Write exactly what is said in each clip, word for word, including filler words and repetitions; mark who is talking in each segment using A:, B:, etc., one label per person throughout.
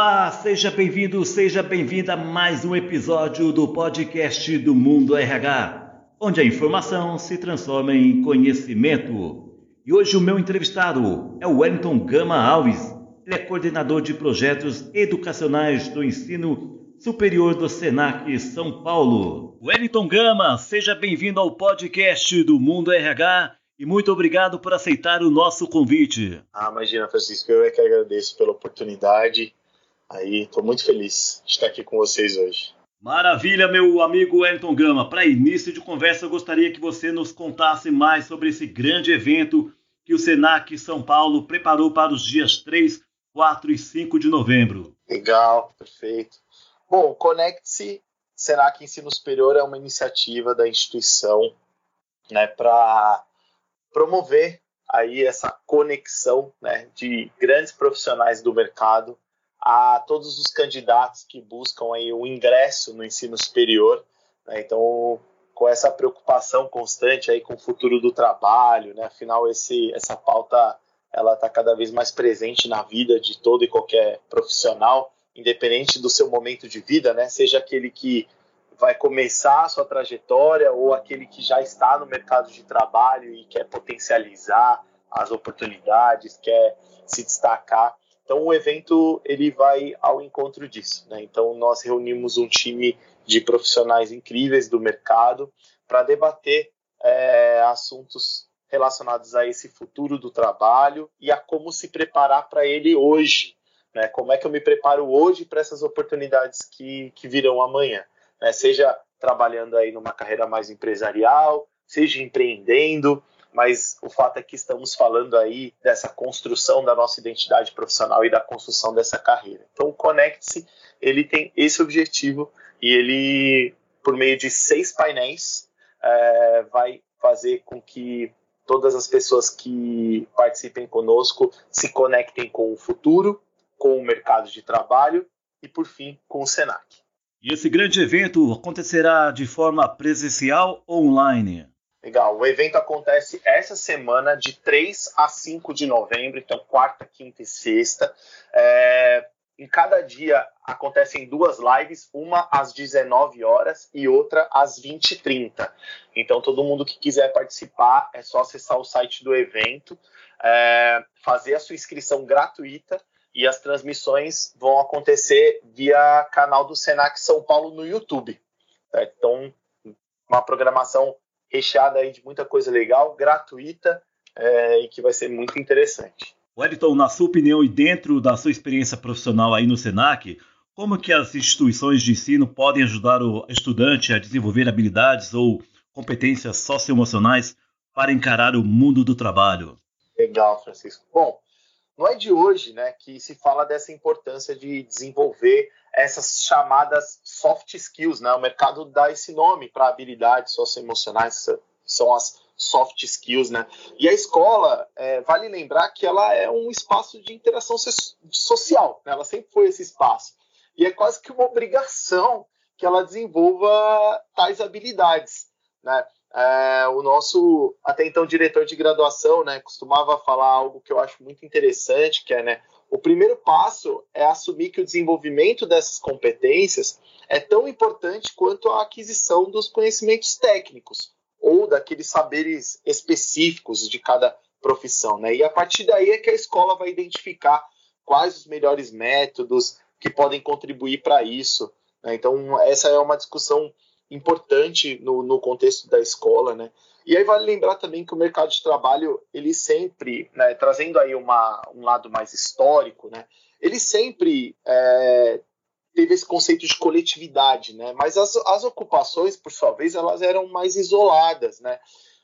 A: Olá, seja bem-vindo, seja bem-vinda a mais um episódio do podcast do Mundo R H, onde a informação se transforma em conhecimento. E hoje o meu entrevistado é o Wellington Gama Alves. Ele é coordenador de projetos educacionais do ensino superior do Senac São Paulo. Wellington Gama, seja bem-vindo ao podcast do Mundo R H e muito obrigado por aceitar o nosso convite.
B: Ah, imagina, Francisco, eu é que agradeço pela oportunidade. Aí, estou muito feliz de estar aqui com vocês hoje.
A: Maravilha, meu amigo Wellington Gama. Para início de conversa, eu gostaria que você nos contasse mais sobre esse grande evento que o Senac São Paulo preparou para os dias três, quatro e cinco de novembro.
B: Legal, perfeito. Bom, Conecte-se Senac Ensino Superior é uma iniciativa da instituição, né, para promover aí essa conexão, né, de grandes profissionais do mercado a todos os candidatos que buscam aí o ingresso no ensino superior, né? Então, com essa preocupação constante aí com o futuro do trabalho, né? Afinal, esse, essa pauta ela está cada vez mais presente na vida de todo e qualquer profissional, independente do seu momento de vida, né? Seja aquele que vai começar a sua trajetória ou aquele que já está no mercado de trabalho e quer potencializar as oportunidades, quer se destacar. Então, o evento ele vai ao encontro disso, né? Então, nós reunimos um time de profissionais incríveis do mercado para debater é, assuntos relacionados a esse futuro do trabalho e a como se preparar para ele hoje, né? Como é que eu me preparo hoje para essas oportunidades que, que virão amanhã? Né, seja trabalhando aí numa carreira mais empresarial, seja empreendendo, mas o fato é que estamos falando aí dessa construção da nossa identidade profissional e da construção dessa carreira. Então o Conecte-se, ele tem esse objetivo e ele, por meio de seis painéis, é, vai fazer com que todas as pessoas que participem conosco se conectem com o futuro, com o mercado de trabalho e, por fim, com o Senac.
A: E esse grande evento acontecerá de forma presencial ou online?
B: Legal, o evento acontece essa semana de três a cinco de novembro, então quarta, quinta e sexta. É, em cada dia acontecem duas lives, uma às dezenove horas e outra às vinte e trinta. Então todo mundo que quiser participar é só acessar o site do evento, é, fazer a sua inscrição gratuita. E as transmissões vão acontecer via canal do Senac São Paulo no YouTube. Certo? Então, uma programação recheada aí de muita coisa legal, gratuita, é, e que vai ser muito interessante.
A: Wellington, na sua opinião e dentro da sua experiência profissional aí no Senac, como que as instituições de ensino podem ajudar o estudante a desenvolver habilidades ou competências socioemocionais para encarar o mundo do trabalho?
B: Legal, Francisco. Bom, não é de hoje, né, que se fala dessa importância de desenvolver essas chamadas soft skills, né? O mercado dá esse nome para habilidades socioemocionais, são as soft skills, né? E a escola, é, vale lembrar que ela é um espaço de interação social, né? Ela sempre foi esse espaço. E é quase que uma obrigação que ela desenvolva tais habilidades, né? É, o nosso, até então, diretor de graduação, né, costumava falar algo que eu acho muito interessante, que é, né, o primeiro passo é assumir que o desenvolvimento dessas competências é tão importante quanto a aquisição dos conhecimentos técnicos ou daqueles saberes específicos de cada profissão, né? E a partir daí é que a escola vai identificar quais os melhores métodos que podem contribuir para isso, né? Então, essa é uma discussão importante no, no contexto da escola, né? E aí vale lembrar também que o mercado de trabalho, ele sempre, né, trazendo aí uma, um lado mais histórico, né, ele sempre é, teve esse conceito de coletividade, né? Mas as, as ocupações, por sua vez, elas eram mais isoladas, né?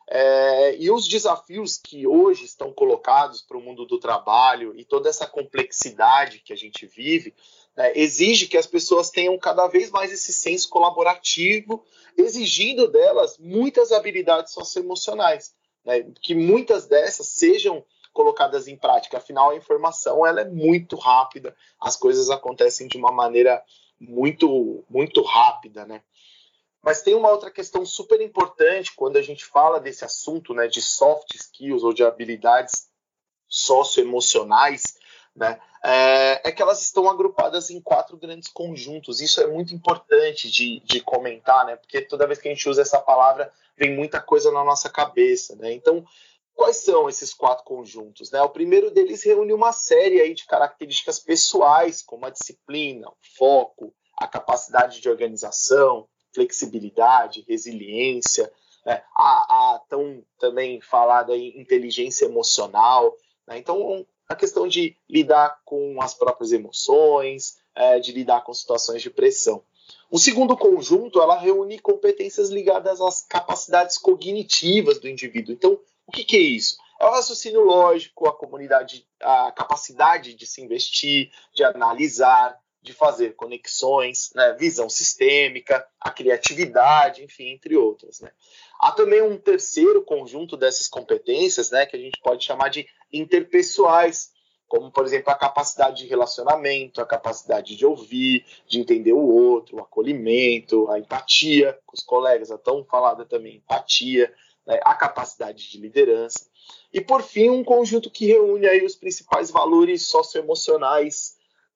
B: É, e os desafios que hoje estão colocados para o mundo do trabalho e toda essa complexidade que a gente vive, né, exige que as pessoas tenham cada vez mais esse senso colaborativo, exigindo delas muitas habilidades socioemocionais, né, que muitas dessas sejam colocadas em prática. Afinal, a informação ela é muito rápida, as coisas acontecem de uma maneira muito, muito rápida, né? Mas tem uma outra questão super importante quando a gente fala desse assunto, né, de soft skills ou de habilidades socioemocionais, né, é, é que elas estão agrupadas em quatro grandes conjuntos. Isso é muito importante de, de comentar, né, porque toda vez que a gente usa essa palavra, vem muita coisa na nossa cabeça, né? Então, quais são esses quatro conjuntos, né? O primeiro deles reúne uma série aí de características pessoais, como a disciplina, o foco, a capacidade de organização, flexibilidade, resiliência, né? a, a tão também falada aí, inteligência emocional, né? Então, a questão de lidar com as próprias emoções, é, de lidar com situações de pressão. O segundo conjunto, ela reúne competências ligadas às capacidades cognitivas do indivíduo. Então, o que, que é isso? É o raciocínio lógico, a, comunidade, a capacidade de se investir, de analisar, de fazer conexões, né? Visão sistêmica, a criatividade, enfim, entre outras, né? Há também um terceiro conjunto dessas competências, né, que a gente pode chamar de interpessoais, como, por exemplo, a capacidade de relacionamento, a capacidade de ouvir, de entender o outro, o acolhimento, a empatia com os colegas, a tão falada também empatia, né, a capacidade de liderança. E, por fim, um conjunto que reúne aí os principais valores socioemocionais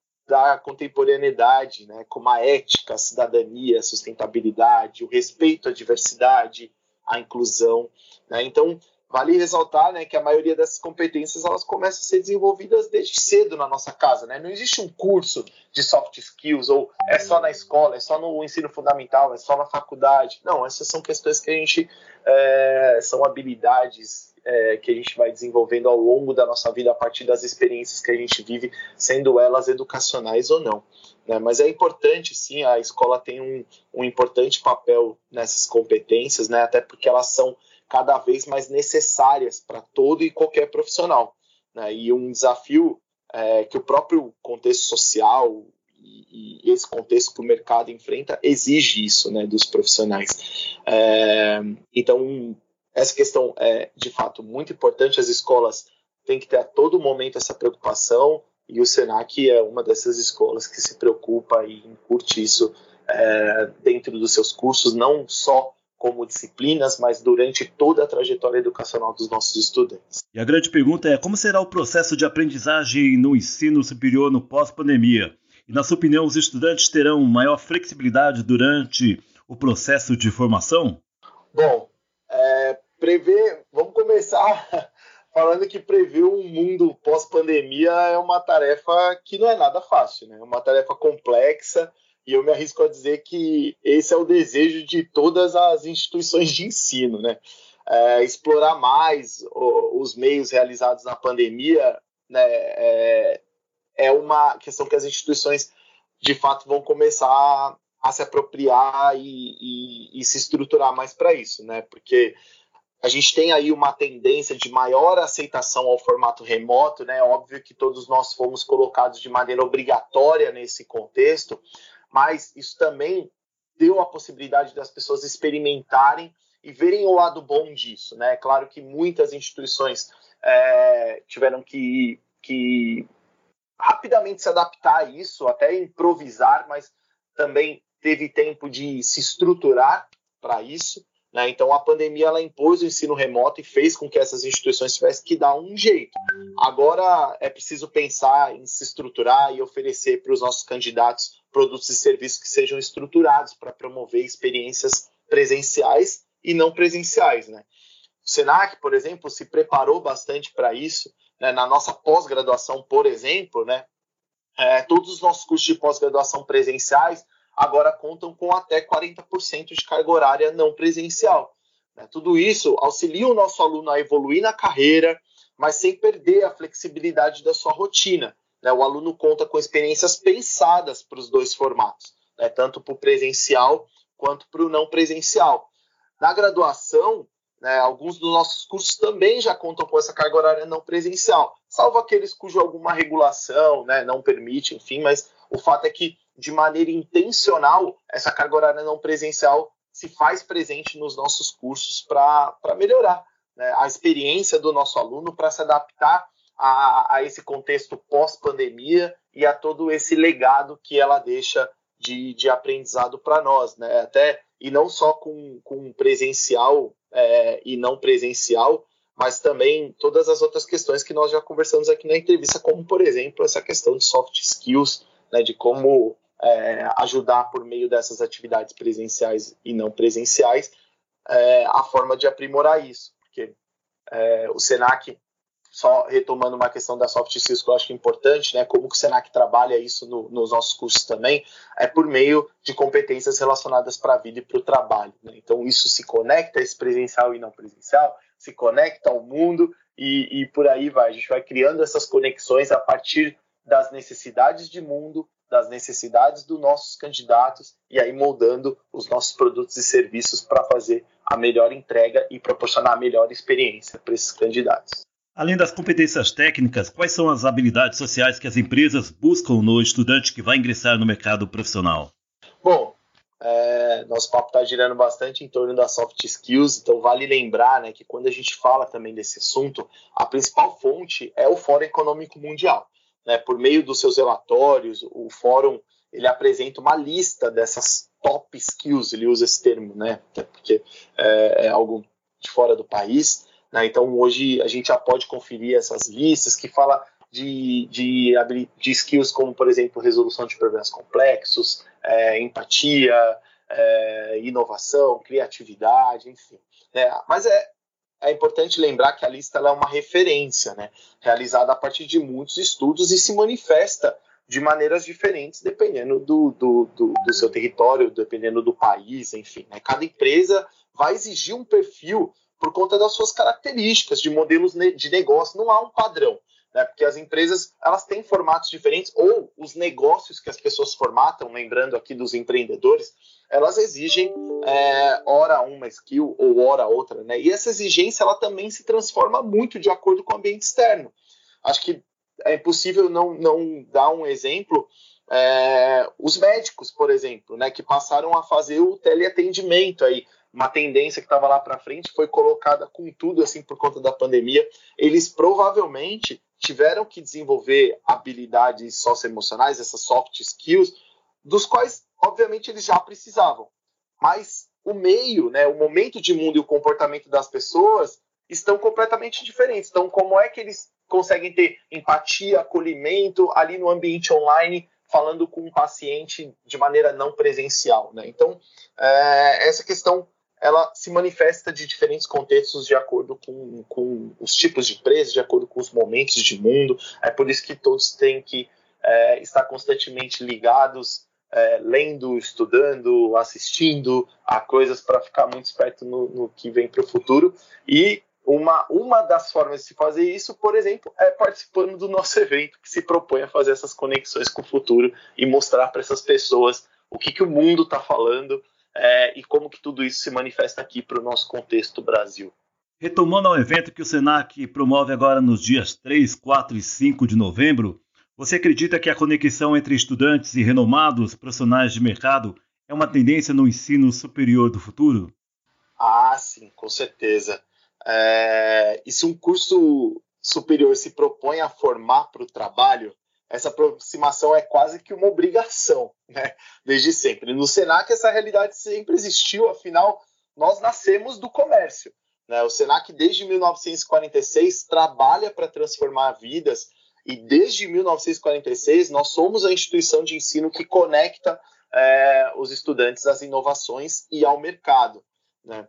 B: da contemporaneidade, né, como a ética, a cidadania, a sustentabilidade, o respeito à diversidade, a inclusão, né? Então, vale ressaltar, né, que a maioria dessas competências elas começam a ser desenvolvidas desde cedo na nossa casa, né? Não existe um curso de soft skills, ou é só na escola, é só no ensino fundamental, é só na faculdade. Não, essas são questões que a gente... É, são habilidades é, que a gente vai desenvolvendo ao longo da nossa vida a partir das experiências que a gente vive, sendo elas educacionais ou não, né? Mas é importante, sim, a escola tem um, um importante papel nessas competências, né? Até porque elas são cada vez mais necessárias para todo e qualquer profissional, né? E um desafio é, que o próprio contexto social e, e esse contexto que o mercado enfrenta exige isso, né, dos profissionais. É, então, essa questão é, de fato, muito importante. As escolas têm que ter a todo momento essa preocupação, e o Senac é uma dessas escolas que se preocupa e incute isso é, dentro dos seus cursos, não só como disciplinas, mas durante toda a trajetória educacional dos nossos estudantes.
A: E a grande pergunta é, como será o processo de aprendizagem no ensino superior no pós-pandemia? E, na sua opinião, os estudantes terão maior flexibilidade durante o processo de formação?
B: Bom, é, prever, vamos começar falando que prever um mundo pós-pandemia é uma tarefa que não é nada fácil, né? É uma tarefa complexa, e eu me arrisco a dizer que esse é o desejo de todas as instituições de ensino, né? É, explorar mais o, os meios realizados na pandemia, né, é, é uma questão que as instituições, de fato, vão começar a, a se apropriar e, e, e se estruturar mais para isso, né? Porque a gente tem aí uma tendência de maior aceitação ao formato remoto, né? Óbvio que todos nós fomos colocados de maneira obrigatória nesse contexto, mas isso também deu a possibilidade das pessoas experimentarem e verem o lado bom disso, né? Claro que muitas instituições é, tiveram que, que rapidamente se adaptar a isso, até improvisar, mas também teve tempo de se estruturar para isso, né? Então a pandemia ela impôs o ensino remoto e fez com que essas instituições tivessem que dar um jeito. Agora é preciso pensar em se estruturar e oferecer para os nossos candidatos produtos e serviços que sejam estruturados para promover experiências presenciais e não presenciais, né? O Senac, por exemplo, se preparou bastante para isso, né? Na nossa pós-graduação, por exemplo, né? É, todos os nossos cursos de pós-graduação presenciais agora contam com até quarenta por cento de carga horária não presencial, né? Tudo isso auxilia o nosso aluno a evoluir na carreira, mas sem perder a flexibilidade da sua rotina, né? O aluno conta com experiências pensadas para os dois formatos, né? Tanto para o presencial quanto para o não presencial. Na graduação, né, alguns dos nossos cursos também já contam com essa carga horária não presencial, salvo aqueles cuja alguma regulação, né, não permite, enfim, mas o fato é que, de maneira intencional, essa carga horária não presencial se faz presente nos nossos cursos para melhorar, né, a experiência do nosso aluno, para se adaptar a, a esse contexto pós-pandemia e a todo esse legado que ela deixa de, de aprendizado para nós, né? Até, e não só com, com presencial é, e não presencial, mas também todas as outras questões que nós já conversamos aqui na entrevista, como, por exemplo, essa questão de soft skills, né, de como é, ajudar por meio dessas atividades presenciais e não presenciais, é, a forma de aprimorar isso, porque é, o Senac, só retomando uma questão da soft skills que eu acho que é importante, né, como que o Senac trabalha isso no, nos nossos cursos também, é por meio de competências relacionadas para a vida e para o trabalho. Né? Então isso se conecta, esse presencial e não presencial, se conecta ao mundo e, e por aí vai. A gente vai criando essas conexões a partir das necessidades de mundo, das necessidades dos nossos candidatos e aí moldando os nossos produtos e serviços para fazer a melhor entrega e proporcionar a melhor experiência para esses candidatos.
A: Além das competências técnicas, quais são as habilidades sociais que as empresas buscam no estudante que vai ingressar no mercado profissional?
B: Bom, é, nosso papo está girando bastante em torno das soft skills, então vale lembrar, né, que quando a gente fala também desse assunto, a principal fonte é o Fórum Econômico Mundial. Né? Por meio dos seus relatórios, o Fórum ele apresenta uma lista dessas top skills, ele usa esse termo, né, porque é, é algo de fora do país. Então, hoje, a gente já pode conferir essas listas que falam de, de, de skills como, por exemplo, resolução de problemas complexos, é, empatia, é, inovação, criatividade, enfim. Né? Mas é, é importante lembrar que a lista ela é uma referência, né? Realizada a partir de muitos estudos e se manifesta de maneiras diferentes, dependendo do, do, do, do seu território, dependendo do país, enfim. Né? Cada empresa vai exigir um perfil por conta das suas características de modelos de negócio, não há um padrão, né? Porque as empresas elas têm formatos diferentes, ou os negócios que as pessoas formatam, lembrando aqui dos empreendedores, elas exigem é, ora uma skill ou ora outra, né? E essa exigência ela também se transforma muito de acordo com o ambiente externo. Acho que é impossível não, não dar um exemplo, é, os médicos, por exemplo, né, que passaram a fazer o teleatendimento aí, uma tendência que estava lá para frente, foi colocada com tudo assim por conta da pandemia. Eles provavelmente tiveram que desenvolver habilidades socioemocionais, essas soft skills, dos quais, obviamente, eles já precisavam. Mas o meio, né, o momento de mundo e o comportamento das pessoas estão completamente diferentes. Então, como é que eles conseguem ter empatia, acolhimento ali no ambiente online, falando com um paciente de maneira não presencial, né? Então, é, essa questão ela se manifesta de diferentes contextos de acordo com, com os tipos de empresas, de acordo com os momentos de mundo. É por isso que todos têm que é, estar constantemente ligados, é, lendo, estudando, assistindo a coisas para ficar muito esperto no, no que vem para o futuro. E uma, uma das formas de se fazer isso, por exemplo, é participando do nosso evento, que se propõe a fazer essas conexões com o futuro e mostrar para essas pessoas o que, que o mundo está falando, É, e como que tudo isso se manifesta aqui para o nosso contexto Brasil.
A: Retomando ao evento que o Senac promove agora nos dias três, quatro e cinco de novembro, você acredita que a conexão entre estudantes e renomados profissionais de mercado é uma tendência no ensino superior do futuro?
B: Ah, sim, com certeza. É, e se um curso superior se propõe a formar para o trabalho, essa aproximação é quase que uma obrigação, né? Desde sempre. No Senac, essa realidade sempre existiu, afinal, nós nascemos do comércio. Né? O Senac, desde mil novecentos e quarenta e seis, trabalha para transformar vidas, e desde mil novecentos e quarenta e seis, nós somos a instituição de ensino que conecta é, os estudantes às inovações e ao mercado. Né?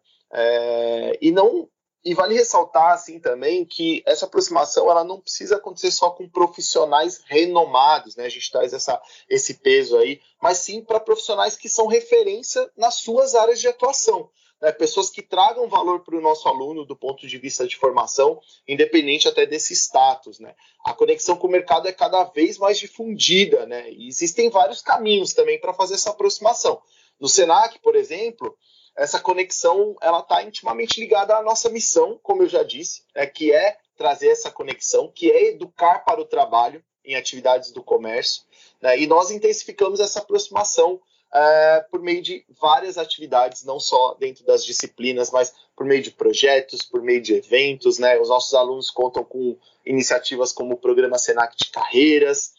B: É, e não... E vale ressaltar assim também que essa aproximação ela não precisa acontecer só com profissionais renomados, né? A gente traz essa, esse peso aí, mas sim para profissionais que são referência nas suas áreas de atuação. Né? Pessoas que tragam valor para o nosso aluno do ponto de vista de formação, independente até desse status. Né? A conexão com o mercado é cada vez mais difundida, né? E existem vários caminhos também para fazer essa aproximação. No Senac, por exemplo, essa conexão ela está intimamente ligada à nossa missão, como eu já disse, né, que é trazer essa conexão, que é educar para o trabalho em atividades do comércio. Né, e nós intensificamos essa aproximação é, por meio de várias atividades, não só dentro das disciplinas, mas por meio de projetos, por meio de eventos. Né, os nossos alunos contam com iniciativas como o Programa Senac de Carreiras,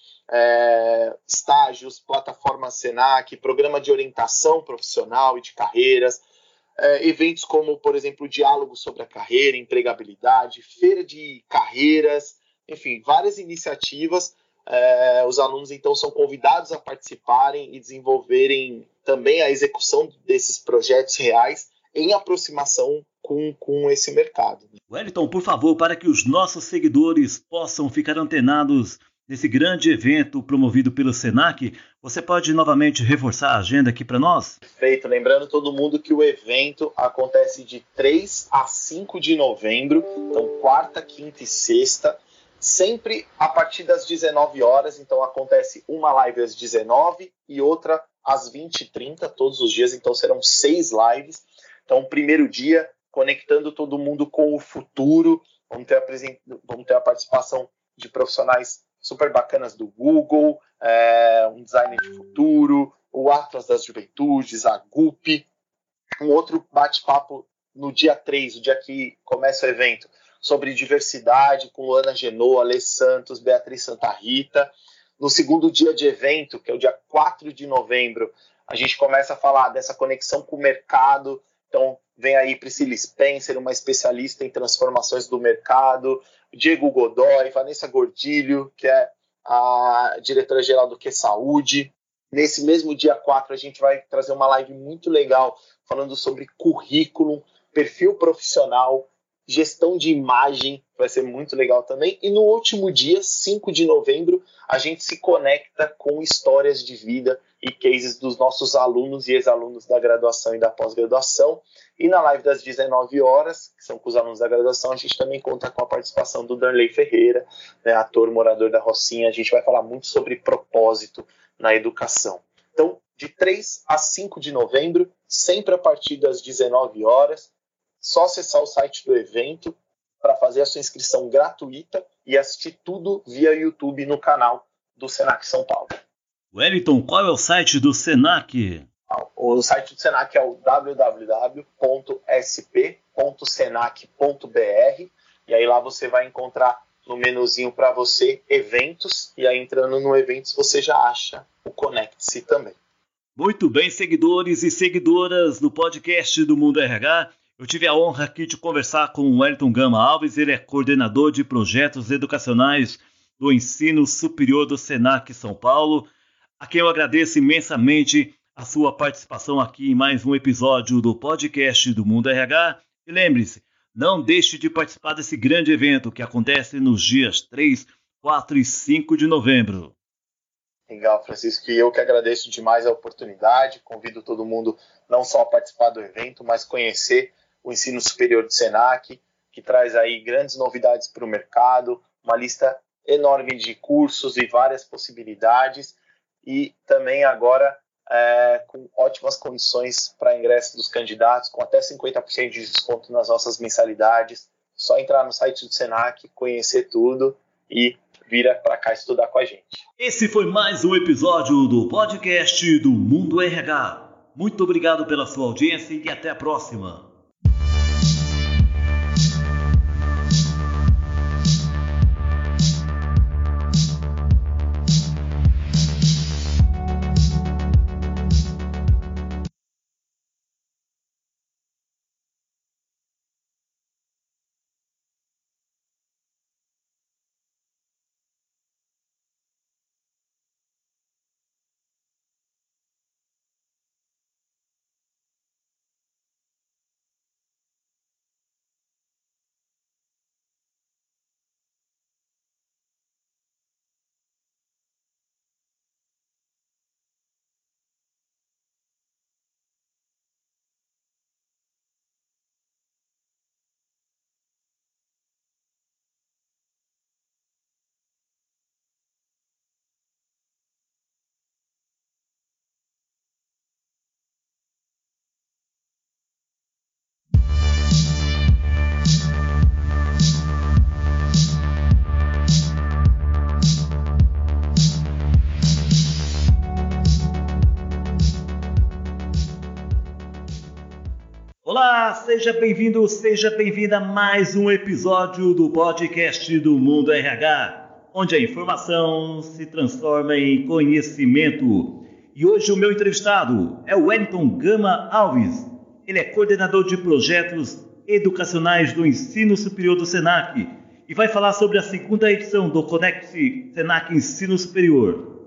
B: É, estágios, plataforma Senac, programa de orientação profissional e de carreiras, é, eventos como, por exemplo, diálogo sobre a carreira, empregabilidade, feira de carreiras, enfim, várias iniciativas. É, os alunos, então, são convidados a participarem e desenvolverem também a execução desses projetos reais em aproximação com, com esse mercado.
A: Wellington, por favor, para que os nossos seguidores possam ficar antenados nesse grande evento promovido pelo Senac, você pode novamente reforçar a agenda aqui para nós?
B: Perfeito. Lembrando todo mundo que o evento acontece de três a cinco de novembro, então quarta, quinta e sexta, sempre a partir das dezenove horas, então acontece uma live às dezenove e outra às vinte e trinta, todos os dias, então serão seis lives. Então, primeiro dia, conectando todo mundo com o futuro, vamos ter a, present... vamos ter a participação de profissionais super bacanas do Google, é, um designer de futuro, o Atlas das Juventudes, a G U P. Um outro bate-papo no dia três, o dia que começa o evento, sobre diversidade, com Luana Genô, Alê Santos, Beatriz Santa Rita. No segundo dia de evento, que é o dia quatro de novembro, a gente começa a falar dessa conexão com o mercado. Então, vem aí Priscila Spencer, uma especialista em transformações do mercado, Diego Godoy, Vanessa Gordilho, que é a diretora-geral do Que Saúde. Nesse mesmo dia quatro, a gente vai trazer uma live muito legal, falando sobre currículo, perfil profissional, gestão de imagem, vai ser muito legal também. E no último dia, cinco de novembro, a gente se conecta com histórias de vida e cases dos nossos alunos e ex-alunos da graduação e da pós-graduação. E na live das dezenove horas, que são com os alunos da graduação, a gente também conta com a participação do Darley Ferreira, né, ator, morador da Rocinha. A gente vai falar muito sobre propósito na educação. Então, de três a cinco de novembro, sempre a partir das dezenove horas, só acessar o site do evento para fazer a sua inscrição gratuita e assistir tudo via YouTube no canal do Senac São Paulo.
A: Wellington, qual é o site do Senac?
B: O site do Senac é o w w w ponto s p ponto senac ponto b r e aí lá você vai encontrar no menuzinho para você eventos, e aí entrando no eventos você já acha o Conecte-se também.
A: Muito bem, seguidores e seguidoras do podcast do Mundo R H. Eu tive a honra aqui de conversar com o Wellington Gama Alves, ele é coordenador de projetos educacionais do ensino superior do Senac São Paulo, a quem eu agradeço imensamente a sua participação aqui em mais um episódio do podcast do Mundo R H. E lembre-se, não deixe de participar desse grande evento que acontece nos dias três, quatro e cinco de novembro.
B: Legal, Francisco, e eu que agradeço demais a oportunidade, convido todo mundo não só a participar do evento, mas conhecer o ensino superior do Senac, que traz aí grandes novidades para o mercado, uma lista enorme de cursos e várias possibilidades, e também agora é, com ótimas condições para ingresso dos candidatos, com até cinquenta por cento de desconto nas nossas mensalidades. Só entrar no site do Senac, conhecer tudo e vir para cá estudar com a gente.
A: Esse foi mais um episódio do podcast do Mundo R H. Muito obrigado pela sua audiência e até a próxima. Olá, seja bem-vindo, seja bem-vinda a mais um episódio do podcast do Mundo R H, onde a informação se transforma em conhecimento. E hoje o meu entrevistado é o Wellington Gama Alves. Ele é coordenador de projetos educacionais do Ensino Superior do Senac e vai falar sobre a segunda edição do Conecte Senac Ensino Superior.